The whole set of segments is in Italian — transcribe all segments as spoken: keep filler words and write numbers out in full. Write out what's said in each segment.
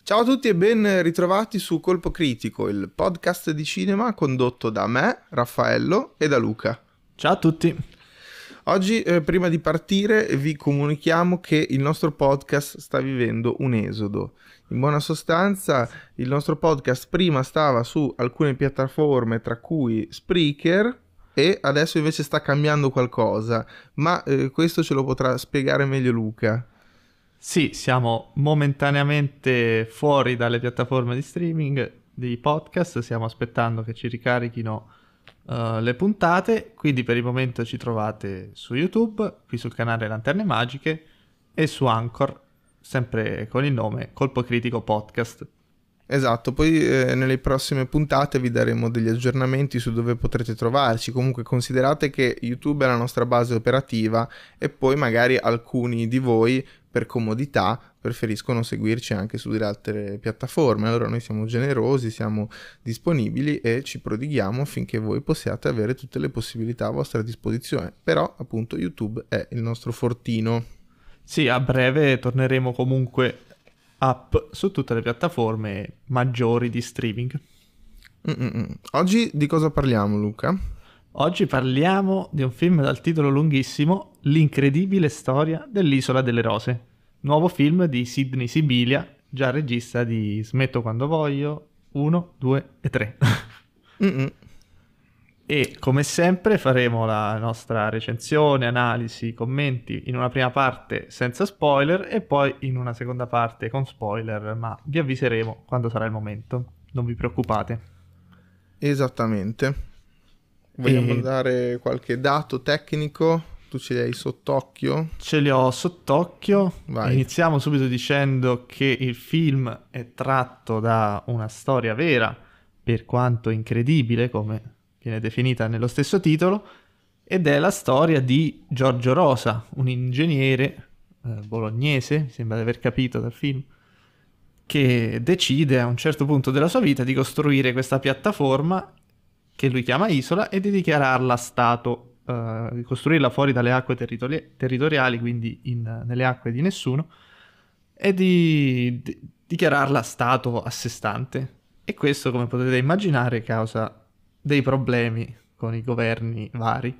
Ciao a tutti e ben ritrovati su Colpo Critico, il podcast di cinema condotto da me, Raffaello, e da Luca. Ciao a tutti. Oggi, eh, prima di partire, vi comunichiamo che il nostro podcast sta vivendo un esodo. In buona sostanza, il nostro podcast prima stava su alcune piattaforme, tra cui Spreaker, e adesso invece sta cambiando qualcosa, ma eh, questo ce lo potrà spiegare meglio Luca. Sì, siamo momentaneamente fuori dalle piattaforme di streaming di podcast, stiamo aspettando che ci ricarichino uh, le puntate, quindi per il momento ci trovate su YouTube, qui sul canale Lanterne Magiche e su Anchor, sempre con il nome Colpo Critico Podcast. Esatto, poi eh, nelle prossime puntate vi daremo degli aggiornamenti su dove potrete trovarci. Comunque considerate che YouTube è la nostra base operativa e poi magari alcuni di voi per comodità preferiscono seguirci anche sulle altre piattaforme. Allora noi siamo generosi, siamo disponibili e ci prodighiamo affinché voi possiate avere tutte le possibilità a vostra disposizione. Però appunto YouTube è il nostro fortino. Sì, a breve torneremo comunque up su tutte le piattaforme maggiori di streaming. Mm-mm. Oggi di cosa parliamo, Luca? Oggi parliamo di un film dal titolo lunghissimo, L'incredibile storia dell'Isola delle Rose, nuovo film di Sydney Sibilia, già regista di Smetto quando voglio, uno, due e tre. Mm-mm. E come sempre faremo la nostra recensione, analisi, commenti in una prima parte senza spoiler e poi in una seconda parte con spoiler, ma vi avviseremo quando sarà il momento, non vi preoccupate. Esattamente. Vogliamo E... dare qualche dato tecnico? Tu ce li hai sott'occhio? Ce li ho sott'occhio. Vai. Iniziamo subito dicendo che il film è tratto da una storia vera, per quanto incredibile, come viene definita nello stesso titolo, ed è la storia di Giorgio Rosa, un ingegnere eh, bolognese, mi sembra di aver capito dal film, che decide a un certo punto della sua vita di costruire questa piattaforma che lui chiama Isola e di dichiararla stato, eh, di costruirla fuori dalle acque territori- territoriali, quindi in, nelle acque di nessuno, e di, di dichiararla stato a sé stante. E questo, come potete immaginare, causa dei problemi con i governi vari.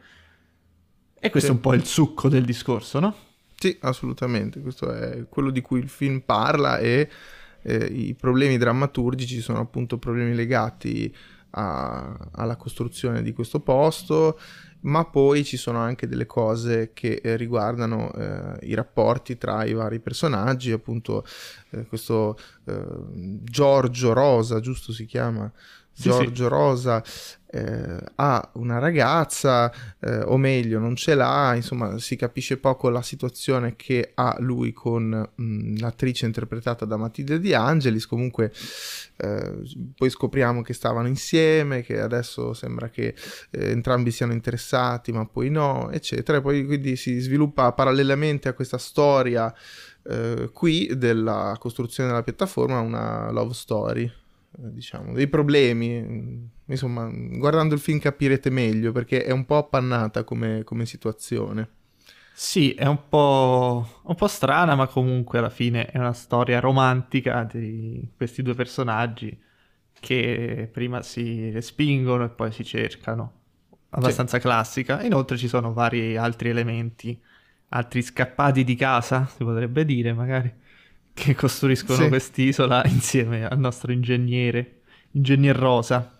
E questo Sì. è un po' il succo del discorso, no? Sì, assolutamente. Questo è quello di cui il film parla e eh, i problemi drammaturgici sono appunto problemi legati a, alla costruzione di questo posto, ma poi ci sono anche delle cose che eh, riguardano eh, i rapporti tra i vari personaggi, appunto eh, questo eh, Giorgio Rosa, giusto si chiama? Sì, Giorgio sì. Rosa eh, ha una ragazza, eh, o meglio non ce l'ha, insomma si capisce poco la situazione che ha lui con mh, l'attrice interpretata da Matilde De Angelis. Comunque eh, poi scopriamo che stavano insieme, che adesso sembra che eh, entrambi siano interessati ma poi no, eccetera, e poi quindi si sviluppa parallelamente a questa storia eh, qui della costruzione della piattaforma una love story, diciamo, dei problemi. Insomma, guardando il film capirete meglio perché è un po' appannata come, come situazione. Sì, è un po', un po' strana, ma comunque alla fine è una storia romantica di questi due personaggi che prima si respingono e poi si cercano. Abbastanza sì. Classica. Inoltre ci sono vari altri elementi, altri scappati di casa, si potrebbe dire magari, che costruiscono sì. quest'isola insieme al nostro ingegnere, Ingegner Rosa.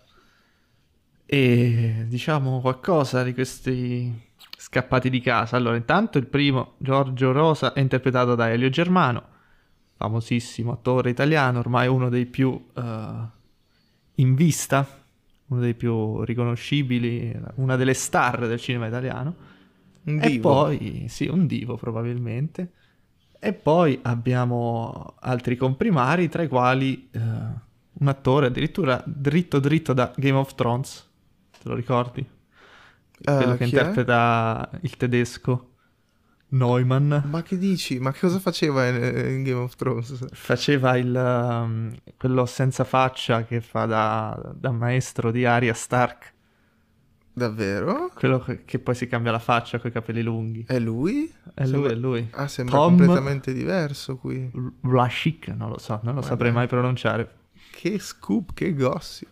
E diciamo qualcosa di questi scappati di casa. Allora, intanto il primo, Giorgio Rosa, è interpretato da Elio Germano, famosissimo attore italiano, ormai uno dei più uh, in vista, uno dei più riconoscibili, una delle star del cinema italiano. Un e divo. poi, sì, un divo probabilmente. E poi abbiamo altri comprimari, tra i quali uh, un attore addirittura dritto dritto da Game of Thrones, te lo ricordi? Quello uh, che interpreta è? Il tedesco Neumann. Ma che dici? Ma che cosa faceva in, in Game of Thrones? Faceva il um, quello senza faccia che fa da, da maestro di Arya Stark. Davvero? Quello che, che poi si cambia la faccia con i capelli lunghi. È lui? È lui, Sembra... è lui. Ah, sembra Tom completamente diverso qui. Vlasic, non lo so, non lo Ma saprei dai. mai pronunciare. Che scoop, che gossip.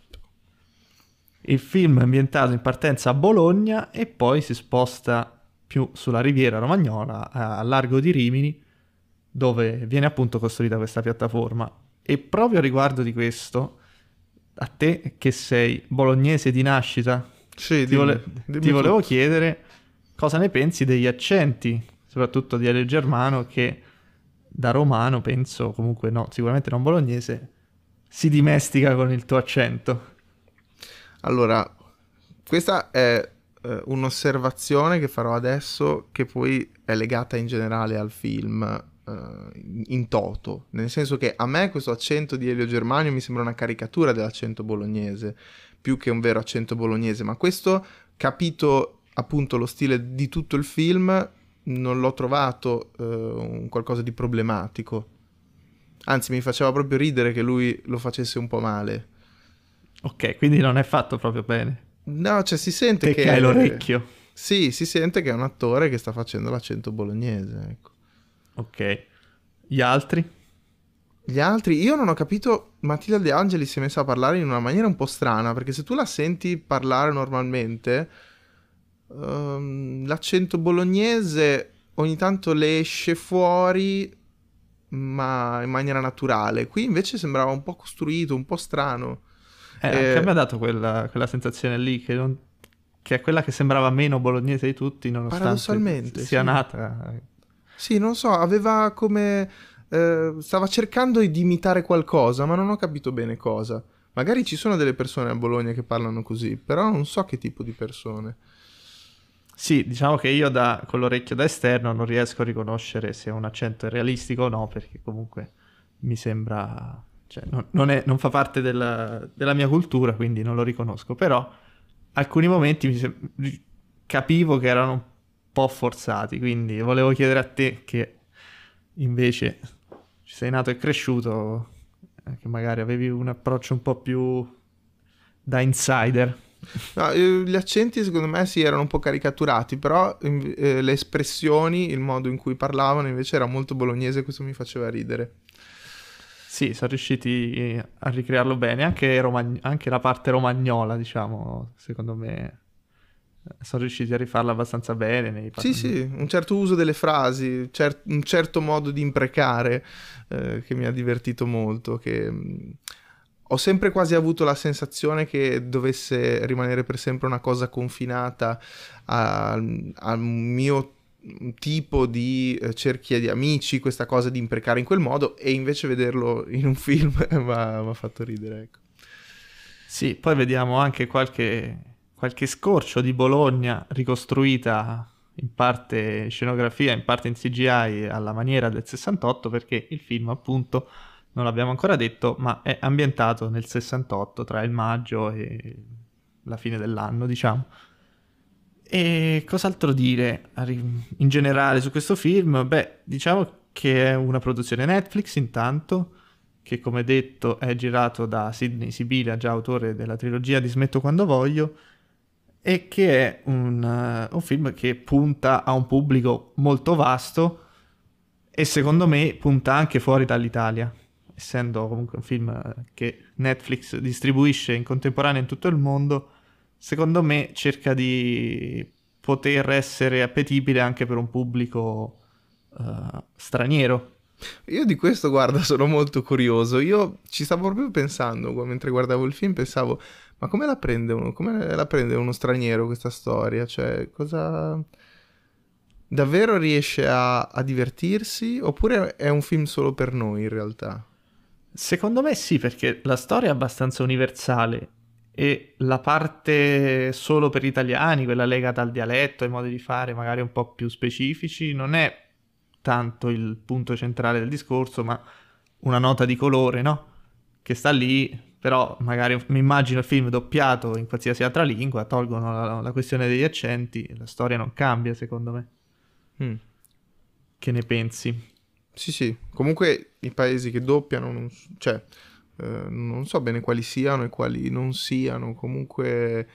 Il film è ambientato in partenza a Bologna e poi si sposta più sulla riviera romagnola, a largo di Rimini, dove viene appunto costruita questa piattaforma. E proprio a riguardo di questo, a te che sei bolognese di nascita, Sì, ti, dimmi, vole- dimmi ti volevo tutto. chiedere cosa ne pensi degli accenti, soprattutto di Elio Germano, che da romano, penso, comunque no, sicuramente non bolognese, si dimestica con il tuo accento. Allora, questa è eh, un'osservazione che farò adesso, che poi è legata in generale al film eh, in, in toto, nel senso che a me questo accento di Elio Germano mi sembra una caricatura dell'accento bolognese, più che un vero accento bolognese, ma questo, capito appunto lo stile di tutto il film, non l'ho trovato eh, un qualcosa di problematico. Anzi, mi faceva proprio ridere che lui lo facesse un po' male. Ok, quindi non è fatto proprio bene. No, cioè si sente Te che... che hai l'orecchio. Sì, si sente che è un attore che sta facendo l'accento bolognese, ecco. Ok. Gli altri? Gli altri, io non ho capito, Matilda De Angeli si è messa a parlare in una maniera un po' strana, perché se tu la senti parlare normalmente, ehm, l'accento bolognese ogni tanto le esce fuori, ma in maniera naturale. Qui invece sembrava un po' costruito, un po' strano. Eh, anche a me Eh, ha dato quella, quella sensazione lì, che, non- che è quella che sembrava meno bolognese di tutti, nonostante paradossalmente, sia sì. nata. Sì, non so, aveva come... eh, stava cercando di imitare qualcosa, ma non ho capito bene cosa. Magari ci sono delle persone a Bologna che parlano così, però non so che tipo di persone. Sì, diciamo che io da, con l'orecchio da esterno non riesco a riconoscere se un accento è realistico o no, perché comunque mi sembra... Cioè, non, non è- non fa parte della, della mia cultura, quindi non lo riconosco. Però alcuni momenti mi sem- ri- capivo che erano un po' forzati, quindi volevo chiedere a te che invece ci sei nato e cresciuto, eh, che magari avevi un approccio un po' più da insider. No, eh, gli accenti secondo me sì erano un po' caricaturati, però inv- eh, le espressioni, il modo in cui parlavano invece era molto bolognese, questo mi faceva ridere. Sì, sono riusciti a ricrearlo bene, anche, romagn- anche la parte romagnola, diciamo, secondo me, eh, sono riusciti a rifarla abbastanza bene. Nei... pa- Sì, sì, un certo uso delle frasi, cer- un certo modo di imprecare eh, che mi ha divertito molto, che mh, ho sempre quasi avuto la sensazione che dovesse rimanere per sempre una cosa confinata al, al mio tipo di eh, cerchia di amici, questa cosa di imprecare in quel modo, e invece vederlo in un film mi ha fatto ridere, ecco. Sì, poi vediamo anche qualche, qualche scorcio di Bologna ricostruita in parte in scenografia, in parte in C G I alla maniera del sessantotto, perché il film, appunto, non l'abbiamo ancora detto, ma è ambientato nel sessantotto, tra il maggio e la fine dell'anno, diciamo. E cos'altro dire arri- in generale su questo film? Beh, diciamo che è una produzione Netflix intanto, che come detto è girato da Sidney Sibila, già autore della trilogia di Smetto quando voglio, e che è un, eh, un film che punta a un pubblico molto vasto e secondo me punta anche fuori dall'Italia, essendo comunque un film eh, che Netflix distribuisce in contemporanea in tutto il mondo. Secondo me cerca di poter essere appetibile anche per un pubblico eh, straniero. Io di questo, guarda, sono molto curioso. Io ci stavo proprio pensando gu- mentre guardavo il film, pensavo, ma come la prende uno, come la prende uno straniero questa storia? Cioè, cosa... Davvero riesce a, a divertirsi? Oppure è un film solo per noi in realtà? Secondo me sì, perché la storia è abbastanza universale e la parte solo per italiani, quella legata al dialetto, ai modi di fare magari un po' più specifici, non è tanto il punto centrale del discorso, ma una nota di colore, no? Che sta lì, però magari mi immagino il film doppiato in qualsiasi altra lingua, tolgono la, la questione degli accenti, la storia non cambia, secondo me. Mm. Che ne pensi? Sì, sì. Comunque i paesi che doppiano, non s- cioè, eh, non so bene quali siano e quali non siano. Comunque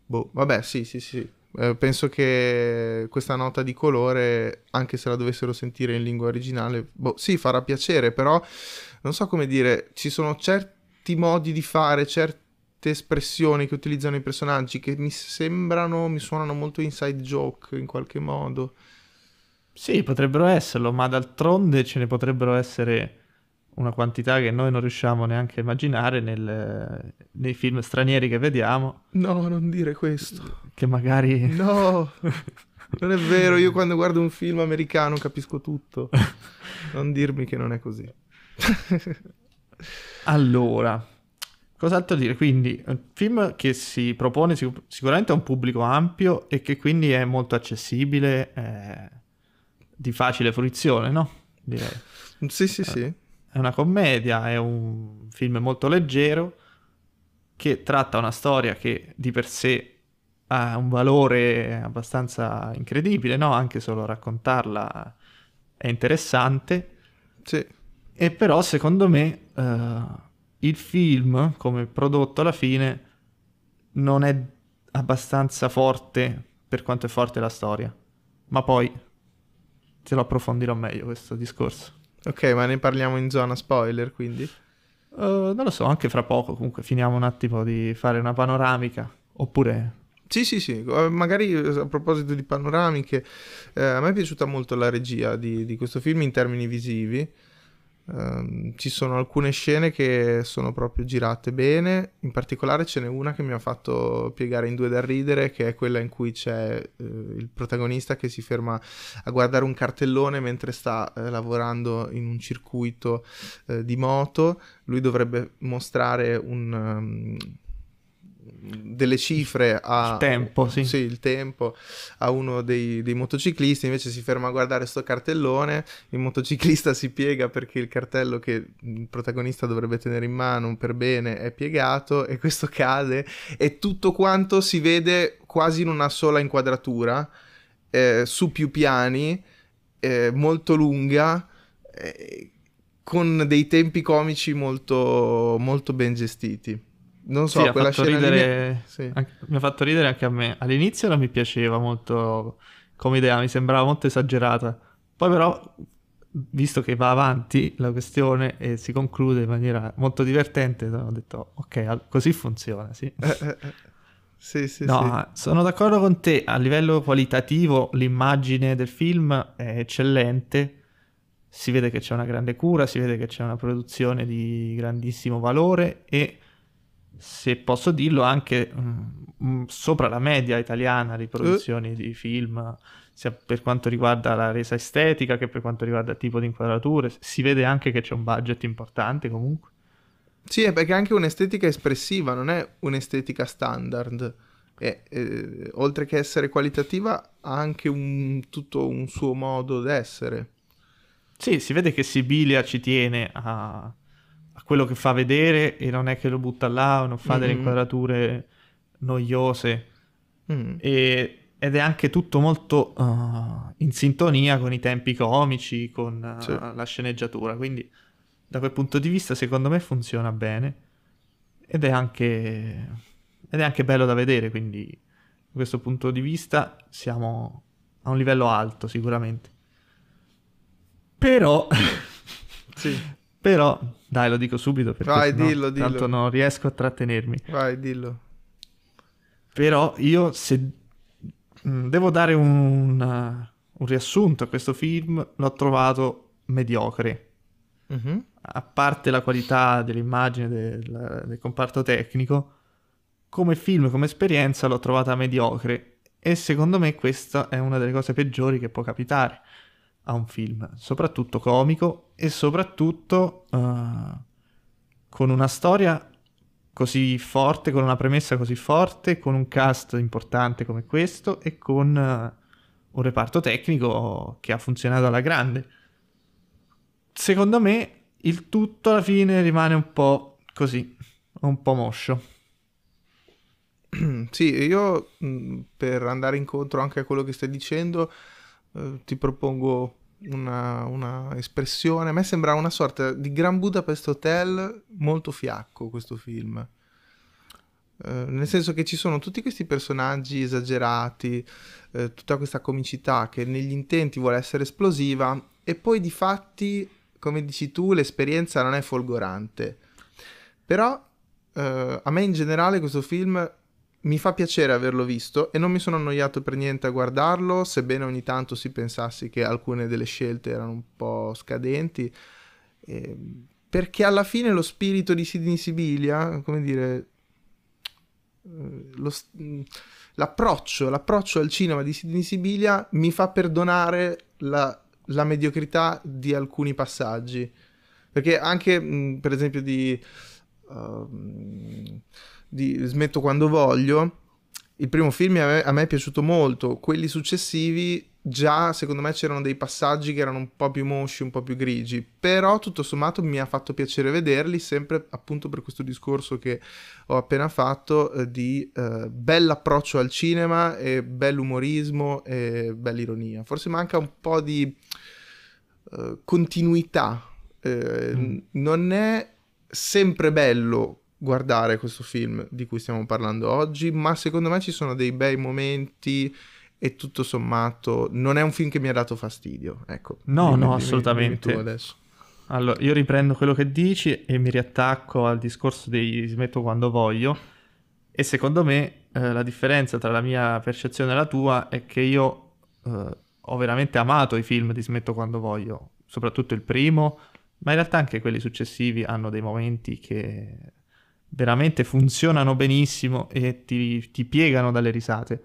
boh, vabbè, sì, sì, sì. Eh, penso che questa nota di colore, anche se la dovessero sentire in lingua originale, boh, sì, farà piacere, però non so come dire, ci sono certi modi di fare, certe espressioni che utilizzano i personaggi che mi sembrano, mi suonano molto inside joke in qualche modo. Sì, potrebbero esserlo, ma d'altronde ce ne potrebbero essere una quantità che noi non riusciamo neanche a immaginare nel- nei film stranieri che vediamo, No, non dire questo. che magari... No, non è vero, io quando guardo un film americano capisco tutto. Non dirmi che non è così. Allora, cos'altro dire? Quindi, un film che si propone sic- sicuramente a un pubblico ampio e che quindi è molto accessibile, eh, di facile fruizione, no? Direi. Sì, sì, sì. È una commedia, è un film molto leggero che tratta una storia che di per sé ha un valore abbastanza incredibile, no? Anche solo raccontarla è interessante. Sì. E però secondo me eh, il film come prodotto alla fine non è abbastanza forte per quanto è forte la storia. Ma poi te lo approfondirò meglio questo discorso. Ok, ma ne parliamo in zona spoiler, quindi? Eh, non lo so, anche fra poco comunque finiamo un attimo di fare una panoramica. Oppure... Sì, sì, sì, eh, magari eh, a proposito di panoramiche, eh, a me è piaciuta molto la regia di, di questo film in termini visivi. Ehm, ci sono alcune scene che sono proprio girate bene, in particolare ce n'è una che mi ha fatto piegare in due dal ridere, che è quella in cui c'è eh, il protagonista che si ferma a guardare un cartellone mentre sta eh, lavorando in un circuito eh, di moto. Lui dovrebbe mostrare un... um, delle cifre a Il tempo, sì. sì, il tempo a uno dei, dei motociclisti, invece si ferma a guardare sto cartellone, il motociclista si piega perché il cartello che il protagonista dovrebbe tenere in mano per bene è piegato e questo cade e tutto quanto si vede quasi in una sola inquadratura, eh, su più piani, eh, molto lunga, eh, con dei tempi comici molto, molto ben gestiti. Non Sì, so, ha quella fatto scena lì mi... è- ridere, Sì. anche- mi ha fatto ridere anche a me. All'inizio non mi piaceva molto come idea, mi sembrava molto esagerata. Poi però, visto che va avanti la questione e si conclude in maniera molto divertente, ho detto, ok, al- così funziona, sì. Eh, eh, eh. Sì, sì, sì. No, sono d'accordo con te, a livello qualitativo l'immagine del film è eccellente, si vede che c'è una grande cura, si vede che c'è una produzione di grandissimo valore e, se posso dirlo, anche mm, sopra la media italiana di Eh, produzioni di film, sia per quanto riguarda la resa estetica che per quanto riguarda il tipo di inquadrature. Si vede anche che c'è un budget importante comunque. Sì, è perché è anche un'estetica espressiva, non è un'estetica standard. E, eh, oltre che essere qualitativa, ha anche un, tutto un suo modo d'essere. Sì, si vede che Sibilia ci tiene a, a quello che fa vedere e non è che lo butta là o non fa delle Mm, inquadrature noiose. mm, E- ed è anche tutto molto uh, in sintonia con i tempi comici, con sì. uh, la sceneggiatura. Quindi, da quel punto di vista, secondo me funziona bene. Ed è anche, ed è anche bello da vedere. Quindi, da questo punto di vista, siamo a un livello alto, sicuramente. Però, Sì. però, dai, lo dico subito perché Vai, sennò dillo, tanto dillo. non riesco a trattenermi. Vai, dillo. Però io se mh, devo dare un, uh, un riassunto a questo film, l'ho trovato mediocre. Mhm. A parte la qualità dell'immagine del, del comparto tecnico, come film, come esperienza l'ho trovata mediocre. E secondo me questa è una delle cose peggiori che può capitare a un film, soprattutto comico e soprattutto uh, con una storia così forte, con una premessa così forte, con un cast importante come questo e con uh, un reparto tecnico che ha funzionato alla grande. Secondo me il tutto alla fine rimane un po' così, un po' moscio. Sì, io mh, per andare incontro anche a quello che stai dicendo, eh, ti propongo una, una espressione. A me sembra una sorta di Grand Budapest Hotel molto fiacco questo film. Uh, nel senso che ci sono tutti questi personaggi esagerati, uh, tutta questa comicità che negli intenti vuole essere esplosiva e poi di fatti, come dici tu, l'esperienza non è folgorante. Però uh, a me in generale questo film mi fa piacere averlo visto e non mi sono annoiato per niente a guardarlo, sebbene ogni tanto si pensassi che alcune delle scelte erano un po' scadenti, eh, perché alla fine lo spirito di Sidney Sibilia, come dire, Lo, l'approccio, l'approccio al cinema di Sidney Sibilia mi fa perdonare la, la mediocrità di alcuni passaggi, perché anche mh, per esempio di, uh, di Smetto quando voglio, il primo film a me, a me è piaciuto molto, quelli successivi già secondo me c'erano dei passaggi che erano un po' più mosci, un po' più grigi, però tutto sommato mi ha fatto piacere vederli, sempre appunto per questo discorso che ho appena fatto eh, di eh, bell'approccio al cinema e bell'umorismo e bell'ironia. Forse manca un po' di eh, continuità, eh, mm. non è sempre bello guardare questo film di cui stiamo parlando oggi, ma secondo me ci sono dei bei momenti e tutto sommato non è un film che mi ha dato fastidio, ecco. No, dimmi, no, dimmi, assolutamente. Dimmi tu adesso. Allora, io riprendo quello che dici e mi riattacco al discorso di Smetto quando voglio, e secondo me eh, la differenza tra la mia percezione e la tua è che io eh, ho veramente amato i film di Smetto quando voglio, soprattutto il primo, ma in realtà anche quelli successivi hanno dei momenti che veramente funzionano benissimo e ti, ti piegano dalle risate.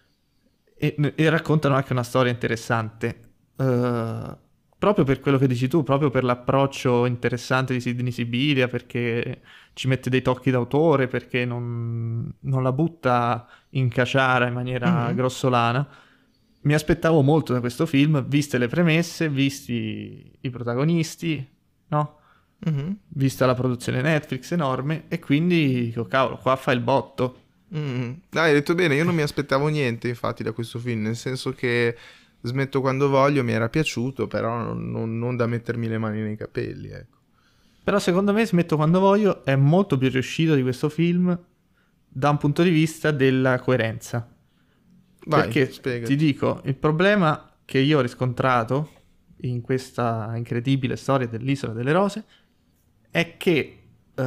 E, e raccontano anche una storia interessante, uh, proprio per quello che dici tu, proprio per l'approccio interessante di Sidney Sibilia, perché ci mette dei tocchi d'autore, perché non, non la butta in caciara in maniera mm-hmm. grossolana. Mi aspettavo molto da questo film, viste le premesse, visti i protagonisti, no? Mm-hmm. Vista la produzione Netflix enorme, e quindi dico, cavolo, qua fa il botto. Mm. Dai, hai detto bene, io non mi aspettavo niente infatti da questo film, nel senso che Smetto quando voglio mi era piaciuto, però non, non, non da mettermi le mani nei capelli, ecco. Però secondo me Smetto quando voglio è molto più riuscito di questo film da un punto di vista della coerenza. Vai, perché spiegati. Ti dico, il problema che io ho riscontrato in questa incredibile storia dell'Isola delle Rose è che uh,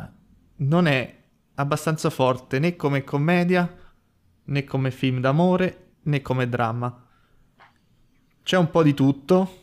non è abbastanza forte né come commedia, né come film d'amore, né come dramma. C'è un po' di tutto,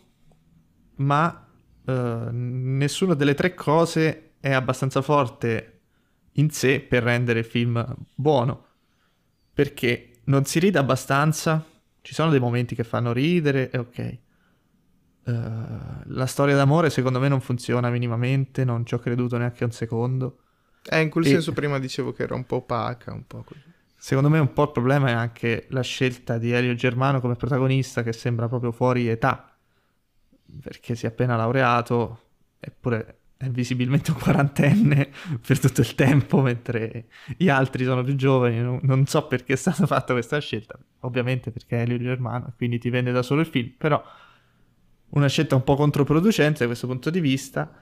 ma uh, nessuna delle tre cose è abbastanza forte in sé per rendere il film buono, perché non si ride abbastanza, ci sono dei momenti che fanno ridere, e ok. Uh, la storia d'amore secondo me non funziona minimamente, non ci ho creduto neanche un secondo. Eh, in quel e... senso prima dicevo che era un po' opaca, un po' così. Secondo me un po' il problema è anche la scelta di Elio Germano come protagonista, che sembra proprio fuori età, perché si è appena laureato, eppure è visibilmente un quarantenne per tutto il tempo, mentre gli altri sono più giovani. Non, non so perché è stata fatta questa scelta, ovviamente perché è Elio Germano, quindi ti vende da solo il film, però una scelta un po' controproducente da questo punto di vista.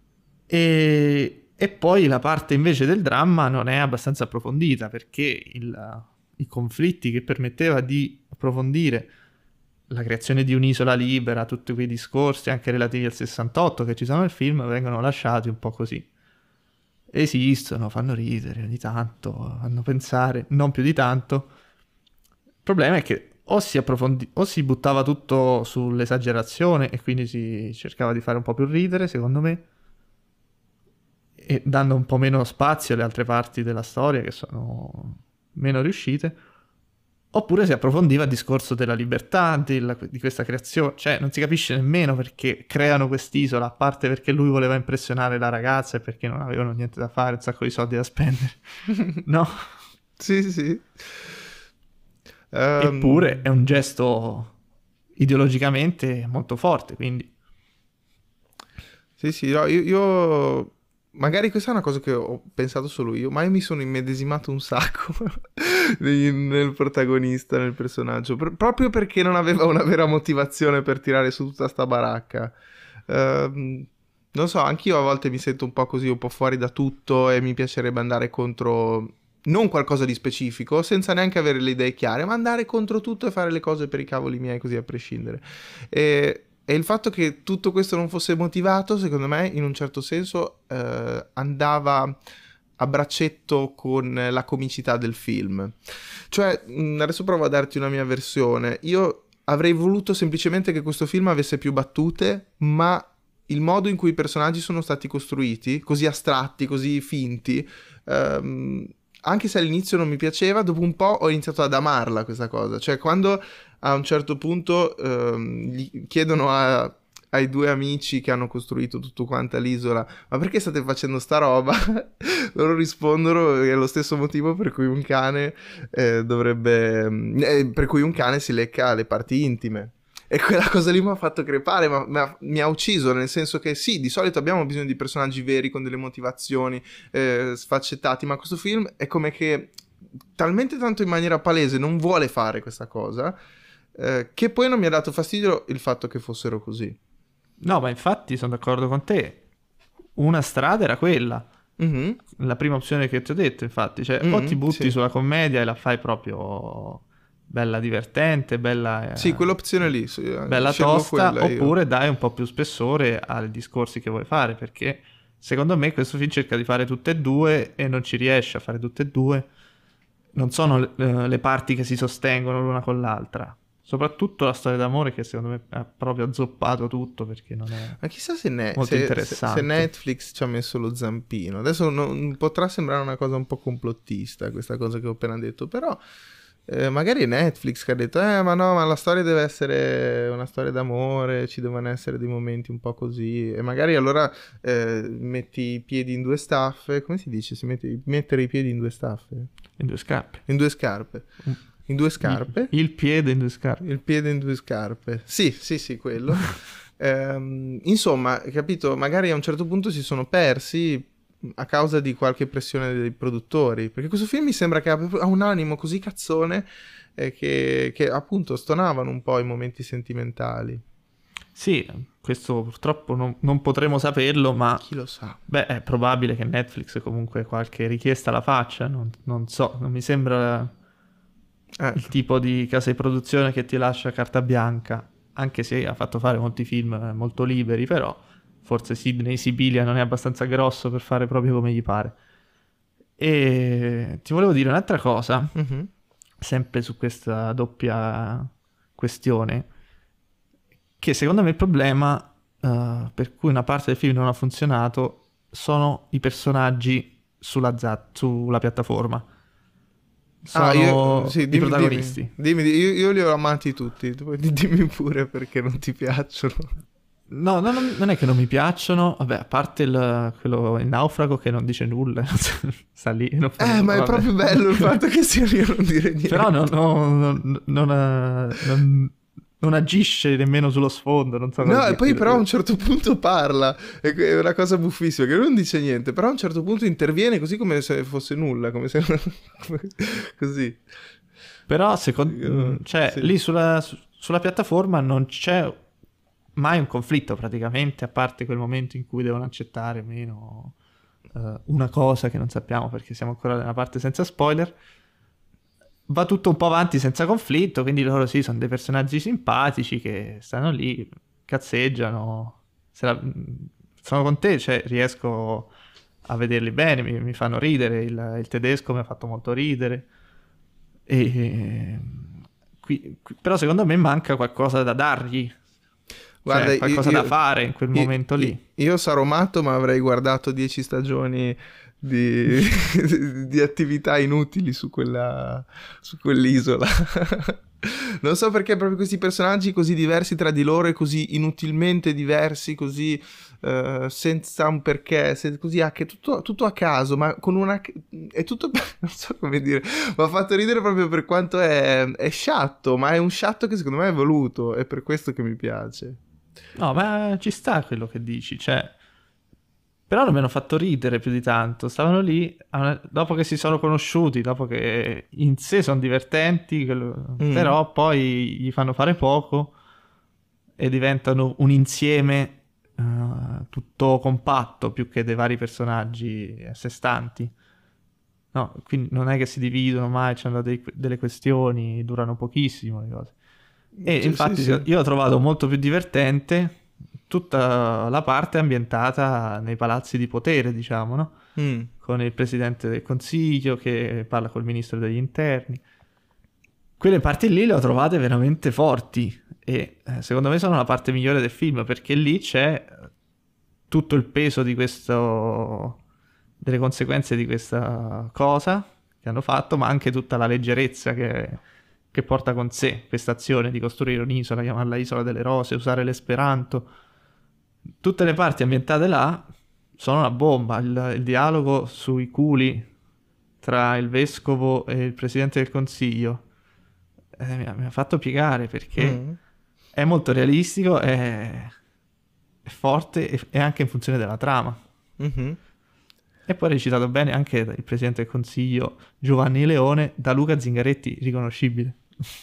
E... E poi la parte invece del dramma non è abbastanza approfondita, perché il, i conflitti che permetteva di approfondire la creazione di un'isola libera, tutti quei discorsi anche relativi al sessantotto che ci sono nel film, vengono lasciati un po' così. Esistono, fanno ridere ogni tanto, fanno pensare, non più di tanto. Il problema è che o si, approfondi- o si buttava tutto sull'esagerazione e quindi si cercava di fare un po' più ridere, secondo me, e dando un po' meno spazio alle altre parti della storia che sono meno riuscite, oppure si approfondiva il discorso della libertà, della, di questa creazione, cioè non si capisce nemmeno perché creano quest'isola, a parte perché lui voleva impressionare la ragazza e perché non avevano niente da fare, un sacco di soldi da spendere, no? Sì, sì. Um... Eppure è un gesto ideologicamente molto forte, quindi... Sì, sì, no, io... io... Magari questa è una cosa che ho pensato solo io, ma io mi sono immedesimato un sacco nel protagonista, nel personaggio, Pr- proprio perché non aveva una vera motivazione per tirare su tutta sta baracca. Uh, non so, anch'io a volte mi sento un po' così, un po' fuori da tutto, e mi piacerebbe andare contro non qualcosa di specifico, senza neanche avere le idee chiare, ma andare contro tutto e fare le cose per i cavoli miei, così a prescindere. E, e il fatto che tutto questo non fosse motivato, secondo me, in un certo senso, eh, andava a braccetto con la comicità del film. Cioè, mh, adesso provo a darti una mia versione. Io avrei voluto semplicemente che questo film avesse più battute, ma il modo in cui i personaggi sono stati costruiti, così astratti, così finti, ehm, anche se all'inizio non mi piaceva, dopo un po' ho iniziato ad amarla questa cosa. Cioè, quando a un certo punto ehm, gli chiedono a, ai due amici che hanno costruito tutto quanta l'isola, ma perché state facendo sta roba? Loro rispondono che è lo stesso motivo per cui un cane eh, dovrebbe... eh, per cui un cane si lecca le parti intime. E quella cosa lì mi ha fatto crepare, ma, ma mi ha ucciso, nel senso che sì, di solito abbiamo bisogno di personaggi veri, con delle motivazioni, eh, sfaccettati, ma questo film è come che talmente tanto in maniera palese non vuole fare questa cosa, eh, che poi non mi ha dato fastidio il fatto che fossero così. No, ma infatti sono d'accordo con te. Una strada era quella. Mm-hmm. La prima opzione che ti ho detto, infatti. Cioè, Mm-hmm, o ti butti sì. sulla commedia e la fai proprio bella divertente, bella... Eh, sì, quell'opzione lì. Sì, bella scelgo tosta, quella io. oppure dai un po' più spessore ai discorsi che vuoi fare, perché secondo me questo film cerca di fare tutte e due e non ci riesce a fare tutte e due. Non sono le, le parti che si sostengono l'una con l'altra. Soprattutto la storia d'amore, che secondo me ha proprio azzoppato tutto, perché non è Ma chissà se, ne- molto se, se, interessante. se Netflix ci ha messo lo zampino. Adesso non, potrà sembrare una cosa un po' complottista questa cosa che ho appena detto, però eh, magari è Netflix che ha detto eh ma no, ma la storia deve essere una storia d'amore, ci devono essere dei momenti un po' così, e magari allora eh, metti i piedi in due staffe, come si dice? Si mette, mettere i piedi in due staffe? In due scarpe. In due scarpe. In due scarpe? Il, il piede in due scarpe. Il piede in due scarpe. Sì, sì, sì, quello. ehm, insomma, capito, magari a un certo punto si sono persi a causa di qualche pressione dei produttori, perché questo film mi sembra che ha un animo così cazzone eh, che, che appunto stonavano un po' i momenti sentimentali. Sì, questo purtroppo non, non potremo saperlo, ma chi lo sa. Beh, è probabile che Netflix comunque qualche richiesta la faccia, non, non so, non mi sembra Eh. il tipo di casa di produzione che ti lascia carta bianca, anche se ha fatto fare molti film molto liberi, però forse Sidney Sibilia non è abbastanza grosso per fare proprio come gli pare. E ti volevo dire un'altra cosa, Mm-hmm. sempre su questa doppia questione, che secondo me il problema uh, per cui una parte del film non ha funzionato sono i personaggi sulla, za- sulla piattaforma. Sono ah, io, sì, i dimmi, protagonisti. Dimmi, dimmi, io, io li ho amati tutti, tu dimmi pure perché non ti piacciono. No, no, non, non è che non mi piacciono, vabbè, a parte il, quello, il naufrago che non dice nulla, sta lì e non fa Eh, nulla, ma è vabbè. proprio bello il fatto che sia lì a non dire niente. Però no, no, no, non, ha- non- non agisce nemmeno sullo sfondo, non so come No, e dirti. poi però a un certo punto parla, e que- è una cosa buffissima, che lui non dice niente, però a un certo punto interviene così come se fosse nulla, come se... così. Però secondo, cioè, Sì. lì sulla, su- sulla piattaforma non c'è mai un conflitto praticamente, a parte quel momento in cui devono accettare o meno eh, una cosa che non sappiamo perché siamo ancora nella parte senza spoiler. Va tutto un po' avanti senza conflitto, quindi loro sì, sono dei personaggi simpatici che stanno lì, cazzeggiano. Se la- sono con te, cioè riesco a vederli bene, mi, mi fanno ridere, il, il tedesco mi ha fatto molto ridere. E, qui, qui- però secondo me manca qualcosa da dargli, Guarda, cioè io- qualcosa io- da fare in quel io- momento io- lì. Io sarò matto, ma avrei guardato dieci stagioni di, di attività inutili su quella, su quell'isola. Non so perché proprio questi personaggi così diversi tra di loro e così inutilmente diversi, così eh, senza un perché, se- così a, che tutto, tutto a caso, ma con una... è tutto... non so come dire, mi ha fatto ridere proprio per quanto è, è sciatto, ma è un sciatto che secondo me è voluto, è per questo che mi piace. No, ma ci sta quello che dici, cioè... Però non mi hanno fatto ridere più di tanto. Stavano lì, ah, dopo che si sono conosciuti, dopo che in sé sono divertenti, quello- Mm. però poi gli fanno fare poco e diventano un insieme eh, tutto compatto più che dei vari personaggi a sé stanti. no? Quindi non è che si dividono mai, c'hanno dei- delle questioni, durano pochissimo le cose. E Sì, sì, infatti sì. io ho trovato molto più divertente tutta la parte ambientata nei palazzi di potere, diciamo, no? Mm. Con il presidente del consiglio che parla col ministro degli interni. Quelle parti lì le ho trovate veramente forti e eh, secondo me sono la parte migliore del film perché lì c'è tutto il peso di questo, delle conseguenze di questa cosa che hanno fatto, ma anche tutta la leggerezza che, che porta con sé questa azione di costruire un'isola, chiamarla Isola delle Rose, usare l'esperanto. Tutte le parti ambientate là sono una bomba. Il, il dialogo sui culi tra il vescovo e il presidente del consiglio eh, mi, ha, mi ha fatto piegare perché Mm. è molto realistico, è, è forte e è anche in funzione della trama. Mhm. E poi è recitato bene anche il presidente del consiglio Giovanni Leone, da Luca Zingaretti riconoscibile.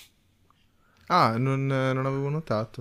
Ah, non, non avevo notato.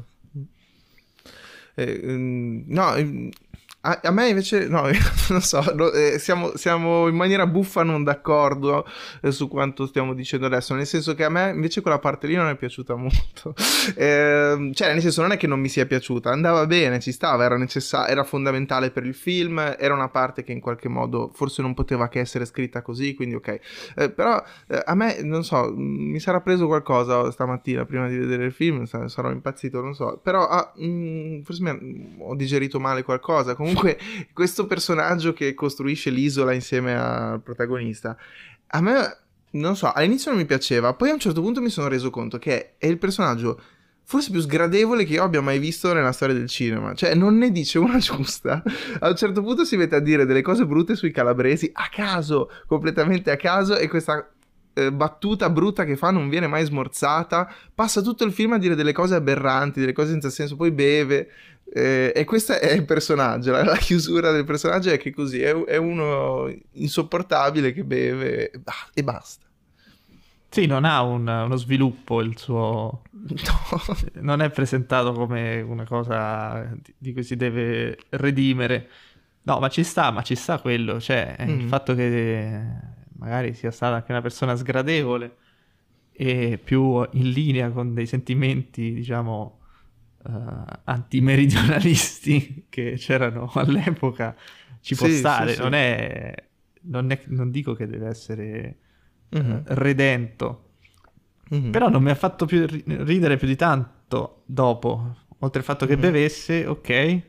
Eh, mm, no, ehm, a, a me invece, no, non so, no, eh, siamo, siamo in maniera buffa non d'accordo eh, su quanto stiamo dicendo adesso, nel senso che a me invece quella parte lì non è piaciuta molto. Eh, cioè, nel senso, non è che non mi sia piaciuta, andava bene, ci stava, era necessario, era fondamentale per il film, era una parte che in qualche modo forse non poteva che essere scritta così, quindi ok. Eh, però eh, a me, non so, mh, mi sarà preso qualcosa stamattina prima di vedere il film, sa- sarò impazzito, non so, però ah, mh, forse mi ha- ho digerito male qualcosa. Comunque, questo personaggio che costruisce l'isola insieme al protagonista, a me, non so, all'inizio non mi piaceva, poi a un certo punto mi sono reso conto che è il personaggio forse più sgradevole che io abbia mai visto nella storia del cinema. Cioè, non ne dice una giusta. A un certo punto si mette a dire delle cose brutte sui calabresi, a caso, completamente a caso, e questa eh, battuta brutta che fa non viene mai smorzata. Passa tutto il film a dire delle cose aberranti, delle cose senza senso, poi beve. Eh, e questo è il personaggio, la, la chiusura del personaggio è che così, è, è uno insopportabile che beve e, bah, e basta. Sì, non ha un- uno sviluppo il suo... No. Non è presentato come una cosa di, di cui si deve redimere. No, ma ci sta, ma ci sta quello. Cioè, eh, il Mm. fatto che magari sia stata anche una persona sgradevole e più in linea con dei sentimenti, diciamo, eh, antimeridionalisti che c'erano all'epoca, ci può Sì, sì, stare. sì. Non è... Non è- non dico che deve essere eh, Mhm. redento. Mhm. Però non mi ha fatto più ri- ridere più di tanto dopo. Oltre al fatto che Mhm. bevesse, ok.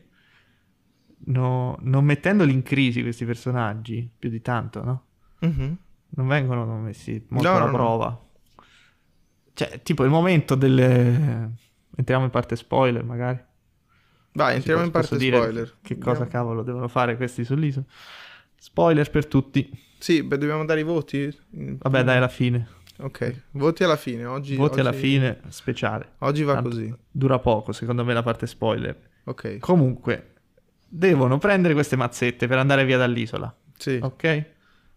No- non mettendoli in crisi questi personaggi più di tanto, no? Mhm. Non vengono messi molto No, alla no, no. prova. Cioè, tipo il momento delle... Entriamo in parte spoiler, magari. Vai, Così entriamo po- in posso parte dire che, spoiler. che cosa Andiamo. cavolo devono fare questi sull'isola. Spoiler per tutti. Sì, beh, dobbiamo dare i voti? Mm, Vabbè, dai, prima. alla fine. Ok, voti alla fine. Oggi, Voti alla oggi, fine, speciale. oggi va Tanto così. dura poco, secondo me, la parte spoiler. Ok, Comunque, devono prendere queste mazzette per andare via dall'isola. sì. Ok? Eh,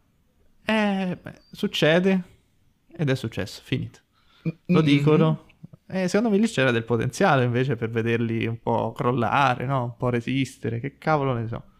beh, succede. Ed è successo, finito. Lo Mm. dicono. E secondo me lì c'era del potenziale invece per vederli un po' crollare, no? Un po' resistere. Che cavolo ne so.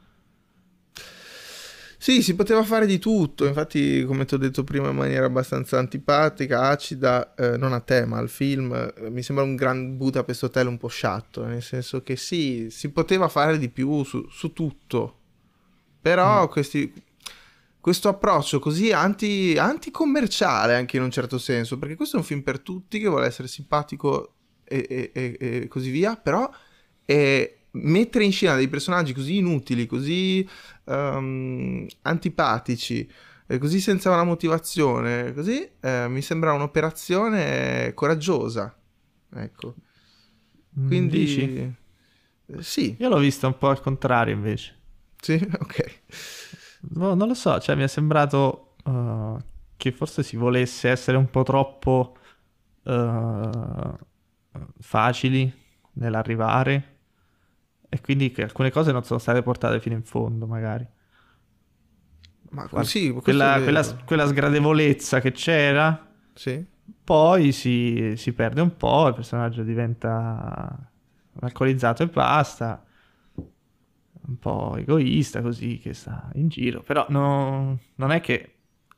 Sì, si poteva fare di tutto, infatti come ti ho detto prima in maniera abbastanza antipatica, acida, eh, non a te ma al film, eh, mi sembra un Grand Budapest Hotel un po' sciatto, nel senso che sì, si poteva fare di più su, su tutto, Mm. però questi, questo approccio così anti, anticommerciale anche in un certo senso, perché questo è un film per tutti che vuole essere simpatico e, e- e- e così via, però è mettere in scena dei personaggi così inutili, così ehm, antipatici, e così senza una motivazione, così eh, mi sembra un'operazione coraggiosa, ecco. Mm, dici? Quindi eh, sì, Io l'ho vista un po' al contrario invece. sì, ok. No, non lo so, cioè mi è sembrato uh, che forse si volesse essere un po' troppo uh, facili nell'arrivare e quindi che alcune cose non sono state portate fino in fondo, magari. Ma Qual- sì, questo è quella, quella- vero. quella sgradevolezza che c'era, Sì. poi si, si perde un po', il personaggio diventa alcolizzato e basta, un po' egoista così che sta in giro, però no- non è che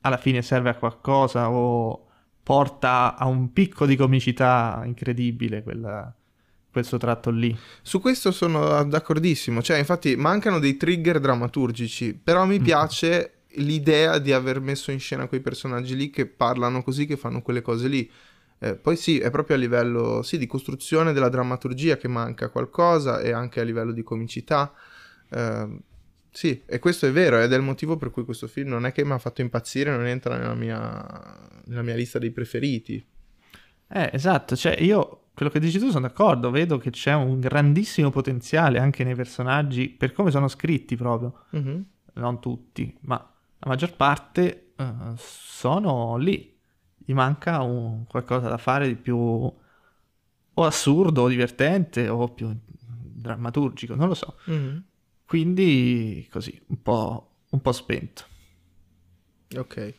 alla fine serve a qualcosa o porta a un picco di comicità incredibile quella, quel suo tratto lì. Su questo sono d'accordissimo, cioè infatti mancano dei trigger drammaturgici, però mi piace l'idea di aver messo in scena quei personaggi lì che parlano così, che fanno quelle cose lì. Eh, poi sì, è proprio a livello sì, di costruzione della drammaturgia che manca qualcosa e anche a livello di comicità. Eh, sì, e questo è vero ed è il motivo per cui questo film non è che mi ha fatto impazzire, non entra nella mia, nella mia lista dei preferiti. Eh, esatto, cioè io, quello che dici tu sono d'accordo, vedo che c'è un grandissimo potenziale anche nei personaggi per come sono scritti proprio, Mm-hmm. non tutti, ma la maggior parte eh, sono lì, gli manca un qualcosa da fare di più o assurdo o divertente o più drammaturgico, non lo so. Mm-hmm. Quindi così, un po', un po' spento. Ok.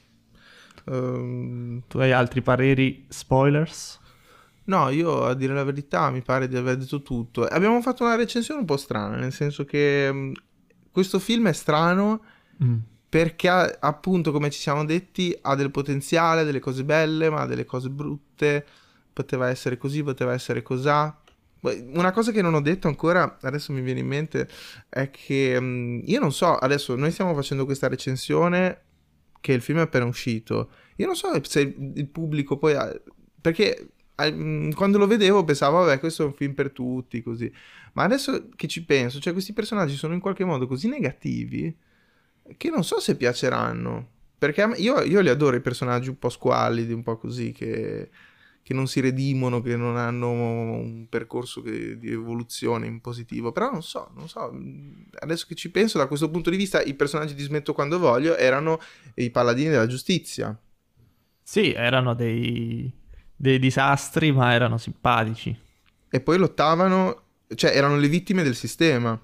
Um, Tu hai altri pareri spoilers? no, io a dire la verità mi pare di aver detto tutto. Abbiamo fatto una recensione un po' strana, nel senso che um, questo film è strano Mm. perché ha- appunto, come ci siamo detti, ha del potenziale, delle cose belle, ma ha delle cose brutte. Poteva essere così, poteva essere cosà. Poi, una cosa che non ho detto ancora, adesso mi viene in mente, è che um, io non so, adesso noi stiamo facendo questa recensione che il film è appena uscito. Io non so se il pubblico poi ha, perché eh, quando lo vedevo pensavo, vabbè, questo è un film per tutti, così. Ma adesso che ci penso, cioè questi personaggi sono in qualche modo così negativi che non so se piaceranno. Perché a me- io, io li adoro i personaggi un po' squallidi, un po' così, che, che non si redimono, che non hanno un percorso che- di evoluzione in positivo. Però non so, non so. Adesso che ci penso, da questo punto di vista, i personaggi di Smetto quando voglio erano i paladini della giustizia. Sì, erano dei, dei disastri, ma erano simpatici. E poi lottavano, cioè erano le vittime del sistema.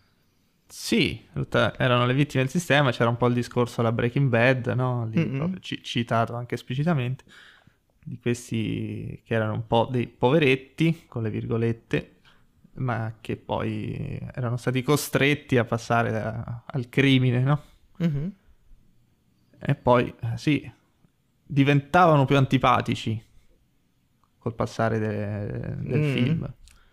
Sì, tutta- erano le vittime del sistema, c'era un po' il discorso alla Breaking Bad, no? Lì Mm-mm. proprio ci- citato anche esplicitamente, di questi che erano un po' dei poveretti, con le virgolette, ma che poi erano stati costretti a passare da- al crimine, no? Mhm. E poi, eh, sì, diventavano più antipatici col passare de- del Mm. film.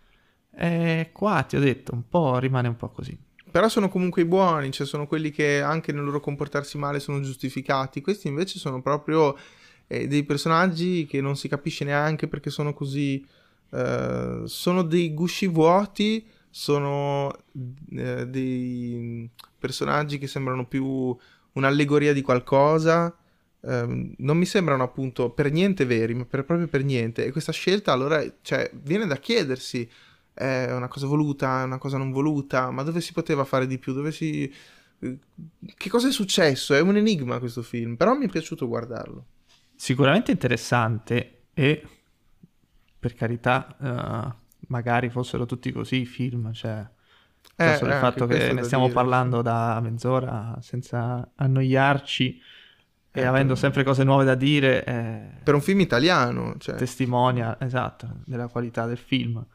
E qua ti ho detto, un po' rimane un po' così. Però sono comunque i buoni, cioè sono quelli che anche nel loro comportarsi male sono giustificati. Questi invece sono proprio eh, dei personaggi che non si capisce neanche perché sono così. Eh, sono dei gusci vuoti, sono eh, dei personaggi che sembrano più un'allegoria di qualcosa. Eh, non mi sembrano appunto per niente veri, ma per- proprio per niente. E questa scelta allora, cioè, viene da chiedersi. È una cosa voluta, è una cosa non voluta, ma dove si poteva fare di più? Dove si... Che cosa è successo? È un enigma questo film, però mi è piaciuto guardarlo. Sicuramente interessante e, per carità, eh, magari fossero tutti così i film, cioè Eh, già eh, solo il anche fatto che questo è ne da stiamo dire, parlando sì. da mezz'ora senza annoiarci e Eh, avendo per, sempre cose nuove da dire, eh, per un film italiano, cioè... testimonia, esatto, della qualità del film.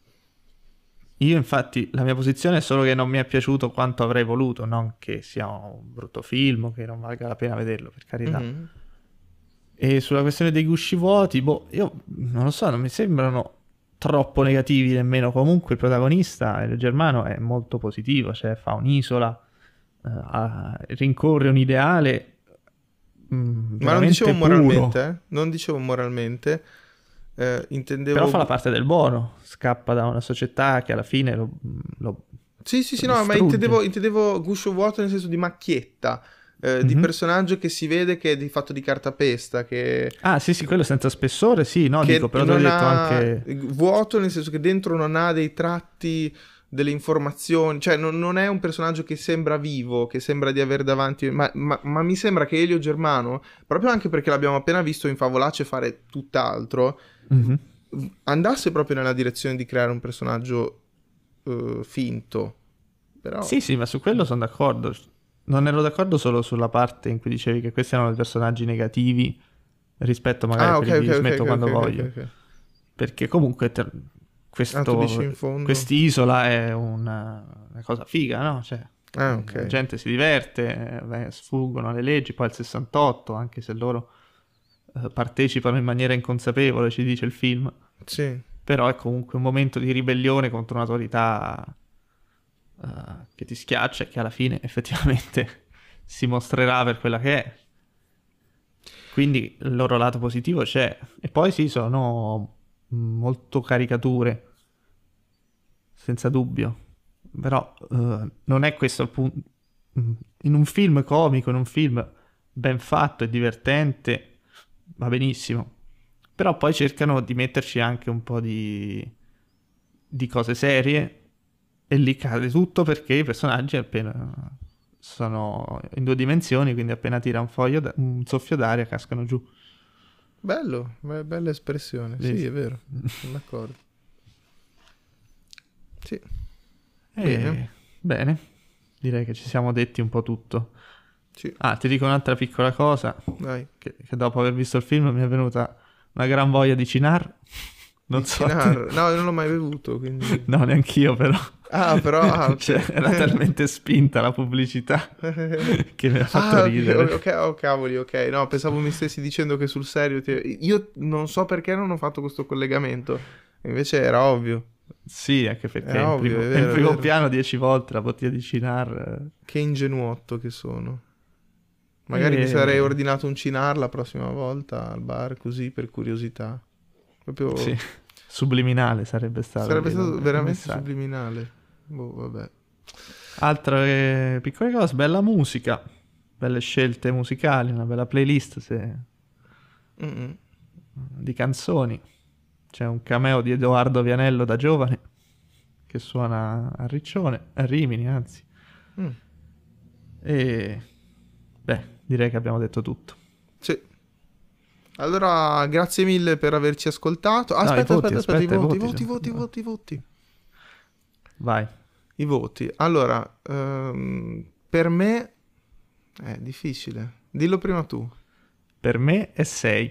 Io infatti la mia posizione è solo che non mi è piaciuto quanto avrei voluto, non che sia un brutto film o che non valga la pena vederlo, per carità. Mhm. E sulla questione dei gusci vuoti, boh, io non lo so, non mi sembrano troppo negativi nemmeno. Comunque il protagonista, il Germano, è molto positivo, cioè fa un'isola, eh, ha- rincorre un ideale mh, Ma non veramente dicevo puro, moralmente, eh? Non dicevo moralmente, eh, intendevo... però fa la parte del buono, scappa da una società che alla fine lo, lo- Sì, sì, lo sì, no, ma distrugge. intendevo, intendevo guscio vuoto nel senso di macchietta, eh, di Mhm. personaggio che si vede che è di fatto di cartapesta, che... Ah sì sì, quello senza spessore, sì, no, che dico, però ti ho non detto ha anche... vuoto nel senso che dentro non ha dei tratti, delle informazioni, cioè non, non è un personaggio che sembra vivo, che sembra di avere davanti, ma, ma- ma mi sembra che Elio Germano, proprio anche perché l'abbiamo appena visto in Favolacce fare tutt'altro, Mhm. andasse proprio nella direzione di creare un personaggio eh, finto, però... Sì, sì, ma su quello sono d'accordo. Non ero d'accordo solo sulla parte in cui dicevi che questi erano i personaggi negativi rispetto magari Ah, a ok, quelli ok, di ok, Smetto ok, quando ok, ok, voglio. ok. Perché comunque ter- Ah, tu dici questo, in fondo... quest'isola è una, una cosa figa, no? Cioè, Ah, ok. La gente si diverte, eh, sfuggono alle leggi, poi al sessantotto, anche se loro eh, partecipano in maniera inconsapevole, ci dice il film, Sì. però è comunque un momento di ribellione contro un'autorità eh, che ti schiaccia e che alla fine effettivamente si mostrerà per quella che è. Quindi il loro lato positivo c'è. E poi sì, sono molto caricature, senza dubbio. Però uh, non è questo il punto. In un film comico, in un film ben fatto e divertente, va benissimo. Però poi cercano di metterci anche un po' di, di cose serie e lì cade tutto perché i personaggi appena sono in due dimensioni, quindi appena tira un, foglio da- un soffio d'aria cascano giù. Bello, be- bella espressione. Sì. Sì, è vero, sono d'accordo. Sì. E... Bene. Bene, direi che ci siamo detti un po' tutto. Sì, Ah, ti dico un'altra piccola cosa, vai. che, che dopo aver visto il film mi è venuta una gran voglia di cinar. Non so te. Cinar. No, io non l'ho mai bevuto, quindi... No, neanch'io però. Ah, però... Ah, ok. Cioè, era talmente spinta la pubblicità che mi ha fatto Ah, ridere. ok, oh, cavoli, ok. No, pensavo mi stessi dicendo che sul serio... ti- Io non so perché non ho fatto questo collegamento. Invece era ovvio. Sì, anche perché È in, ovvio, primo, è vero, in è primo vero. piano dieci volte la bottiglia di cinar. eh. Che ingenuotto che sono. Magari E- mi sarei ordinato un cinar la prossima volta al bar, così, per curiosità. Proprio... Sì, subliminale sarebbe stato. Sarebbe lì, stato il veramente messaggio. subliminale. Boh, vabbè. Altre piccole cose, bella musica, belle scelte musicali, una bella playlist se- Mm-mm. di canzoni. C'è un cameo di Edoardo Vianello da giovane che suona a Riccione, a Rimini anzi. Mm. E beh, direi che abbiamo detto tutto. Sì. Allora, grazie mille per averci ascoltato. No, Aspetta, i voti, aspetta, aspetta, i aspetta, i voti, i voti, voti, i no. voti, i No. voti, i voti. Vai. I voti. Allora, ehm, per me è difficile. Dillo prima tu. Per me è sei.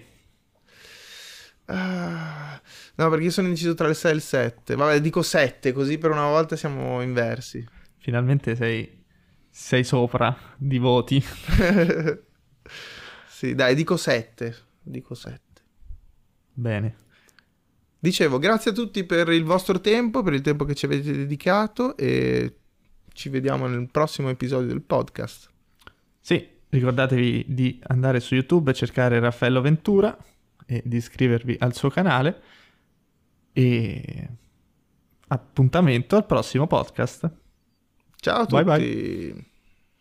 Ah, no, perché io sono indeciso tra il sei e il sette. Vabbè, dico sette, così per una volta siamo inversi. Finalmente sei, sei sopra di voti. Sì, dai, dico sette. Dico sette. Bene. Dicevo, grazie a tutti per il vostro tempo, per il tempo che ci avete dedicato e ci vediamo nel prossimo episodio del podcast. Sì, ricordatevi di andare su YouTube e cercare Raffaello Ventura e di iscrivervi al suo canale e appuntamento al prossimo podcast. Ciao a Bye tutti. bye.